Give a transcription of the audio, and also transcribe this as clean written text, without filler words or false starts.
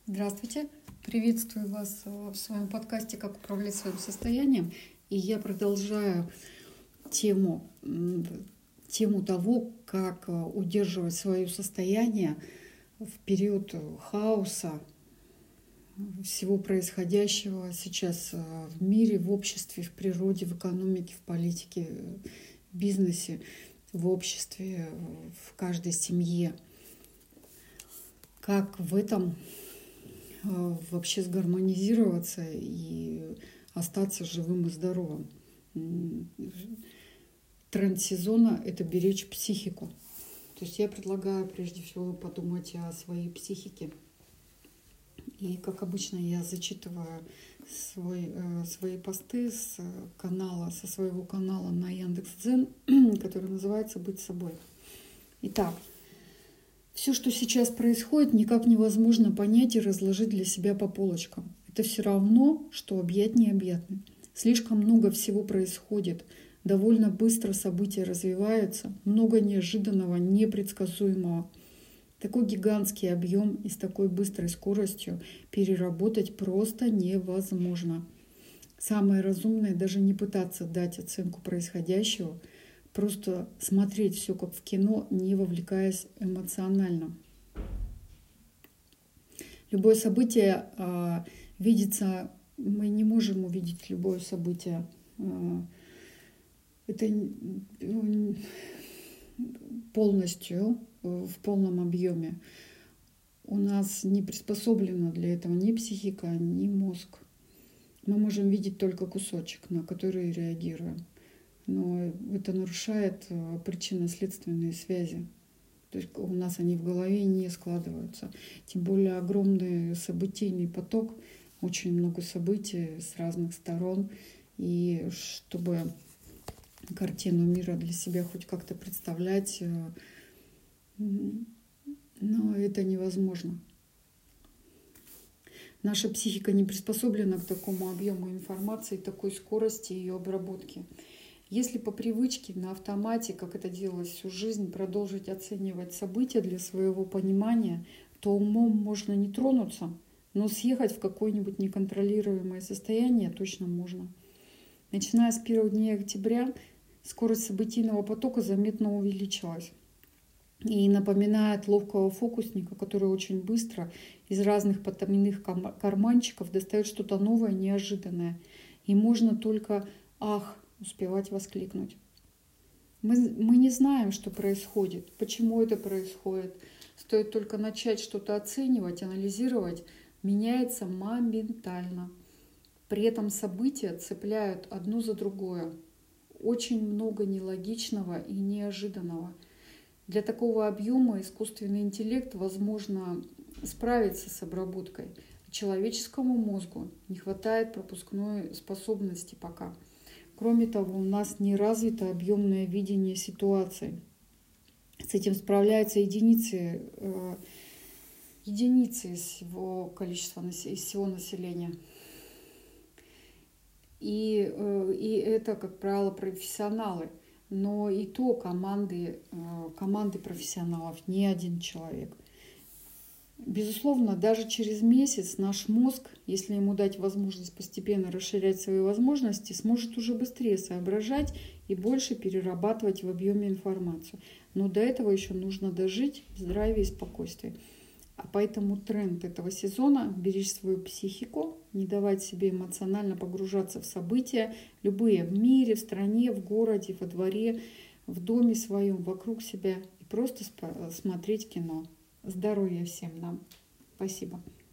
Здравствуйте! Приветствую вас в своем подкасте «Как управлять своим состоянием». И я продолжаю тему, тему того, как удерживать свое состояние в период хаоса, всего происходящего сейчас в мире, в обществе, в природе, в экономике, в политике, в бизнесе, в обществе, в каждой семье. Как в этом вообще сгармонизироваться и остаться живым и здоровым. Тренд сезона – это беречь психику. То есть я предлагаю прежде всего подумать о своей психике. И, как обычно, я зачитываю свои посты со своего канала на Яндекс.Дзен, который называется «Быть собой». Итак, все, что сейчас происходит, никак невозможно понять и разложить для себя по полочкам. Это все равно, что объять необъятное. Слишком много всего происходит. Довольно быстро события развиваются. Много неожиданного, непредсказуемого. Такой гигантский объем и с такой быстрой скоростью переработать просто невозможно. Самое разумное даже не пытаться дать оценку происходящего, просто смотреть все как в кино, не вовлекаясь эмоционально. Любое событие видится, мы не можем увидеть любое событие. Это полностью, в полном объеме. У нас не приспособлена для этого ни психика, ни мозг. Мы можем видеть только кусочек, на который реагируем. Но это нарушает причинно-следственные связи. То есть у нас они в голове не складываются. Тем более огромный событийный поток, очень много событий с разных сторон. И чтобы картину мира для себя хоть как-то представлять, но это невозможно. Наша психика не приспособлена к такому объему информации, такой скорости ее обработки. Если по привычке, на автомате, как это делалось всю жизнь, продолжить оценивать события для своего понимания, то умом можно не тронуться, но съехать в какое-нибудь неконтролируемое состояние точно можно. Начиная с первых дней октября скорость событийного потока заметно увеличилась. И напоминает ловкого фокусника, который очень быстро из разных потайных карманчиков достает что-то новое, неожиданное. И можно только «ах!» успевать воскликнуть. Мы не знаем, что происходит, почему это происходит. Стоит только начать что-то оценивать, анализировать, меняется моментально. При этом события цепляют одно за другое. Очень много нелогичного и неожиданного. Для такого объема искусственный интеллект, возможно, справится с обработкой. Человеческому мозгу не хватает пропускной способности пока. Кроме того, у нас не развито объемное видение ситуации. С этим справляются единицы из всего количества, из всего населения. И это, как правило, профессионалы. Но и то команды профессионалов, не один человек. Безусловно, даже через месяц наш мозг, если ему дать возможность постепенно расширять свои возможности, сможет уже быстрее соображать и больше перерабатывать в объеме информацию. Но до этого еще нужно дожить в здравии и спокойствии. А поэтому тренд этого сезона – беречь свою психику, не давать себе эмоционально погружаться в события, любые в мире, в стране, в городе, во дворе, в доме своем, вокруг себя. И просто смотреть кино. Здоровья всем нам. Спасибо.